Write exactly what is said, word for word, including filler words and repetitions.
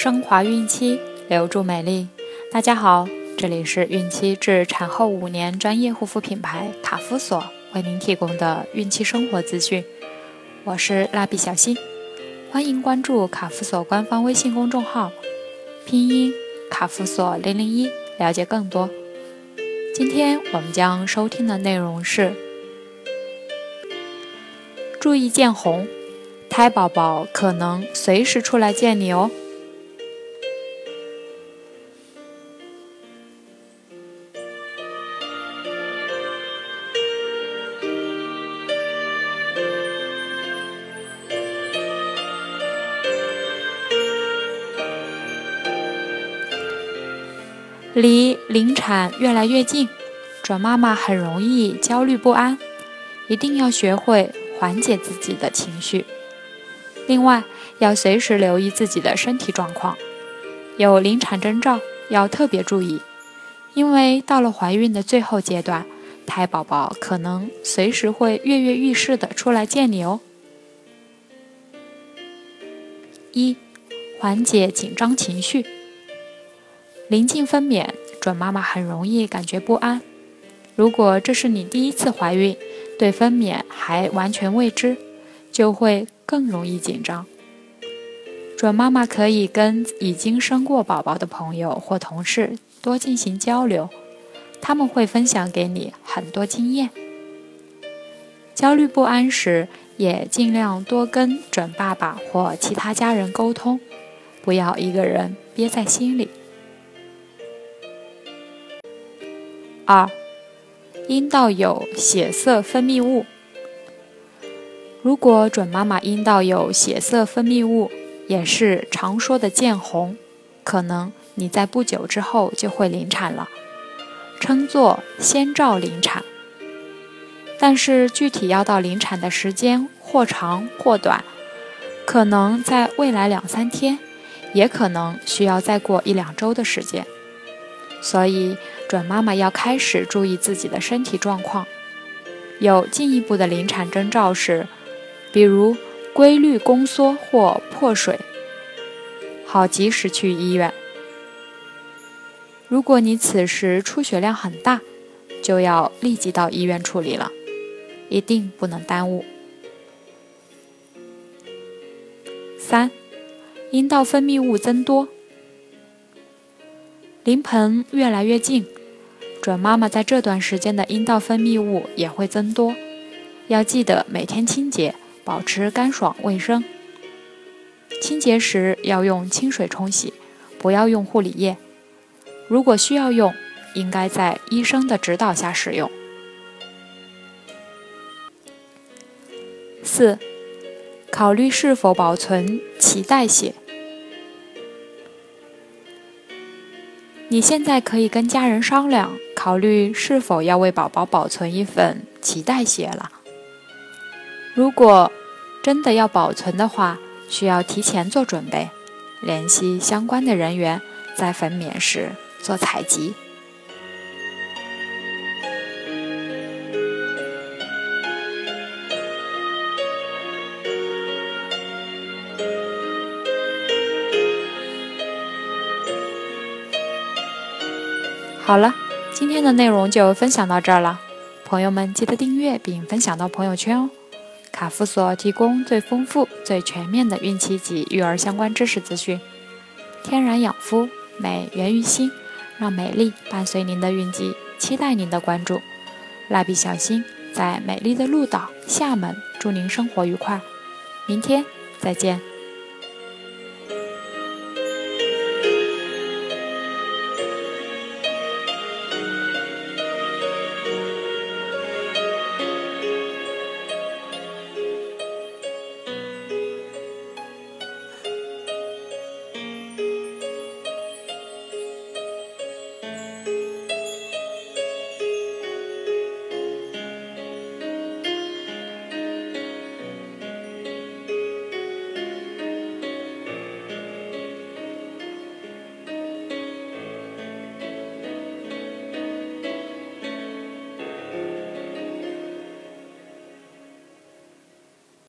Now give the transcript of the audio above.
升华孕期，留住美丽。大家好，这里是孕期至产后五年专业护肤品牌卡夫索为您提供的孕期生活资讯，我是蜡笔小新，欢迎关注卡夫索官方微信公众号，拼音卡夫索零零一，了解更多。今天我们将收听的内容是：注意见红，胎宝宝可能随时出来见你哦。离临产越来越近，准妈妈很容易焦虑不安，一定要学会缓解自己的情绪。另外，要随时留意自己的身体状况，有临产征兆要特别注意，因为到了怀孕的最后阶段，胎宝宝可能随时会跃跃欲试地出来见你哦。一、缓解紧张情绪。临近分娩，准妈妈很容易感觉不安。如果这是你第一次怀孕，对分娩还完全未知，就会更容易紧张。准妈妈可以跟已经生过宝宝的朋友或同事多进行交流，他们会分享给你很多经验。焦虑不安时，也尽量多跟准爸爸或其他家人沟通，不要一个人憋在心里。二、阴道有血色分泌物。如果准妈妈阴道有血色分泌物，也是常说的见红，可能你在不久之后就会临产了，称作先兆临产。但是具体要到临产的时间或长或短，可能在未来两三天，也可能需要再过一两周的时间。所以准妈妈要开始注意自己的身体状况，有进一步的临产征兆时，比如规律宫缩或破水，好及时去医院。如果你此时出血量很大，就要立即到医院处理了，一定不能耽误。三、阴道分泌物增多。临盆越来越近，准妈妈在这段时间的阴道分泌物也会增多，要记得每天清洁，保持干爽卫生。清洁时要用清水冲洗，不要用护理液。如果需要用，应该在医生的指导下使用。四、考虑是否保存脐带血。你现在可以跟家人商量，考虑是否要为宝宝保存一份脐带血了。如果真的要保存的话，需要提前做准备，联系相关的人员，在分娩时做采集。好了，今天的内容就分享到这儿了，朋友们记得订阅并分享到朋友圈哦。卡夫索提供最丰富、最全面的孕期及育儿相关知识资讯，天然养肤，美源于心，让美丽伴随您的孕期，期待您的关注。蜡笔小新在美丽的鹭岛厦门，祝您生活愉快，明天再见。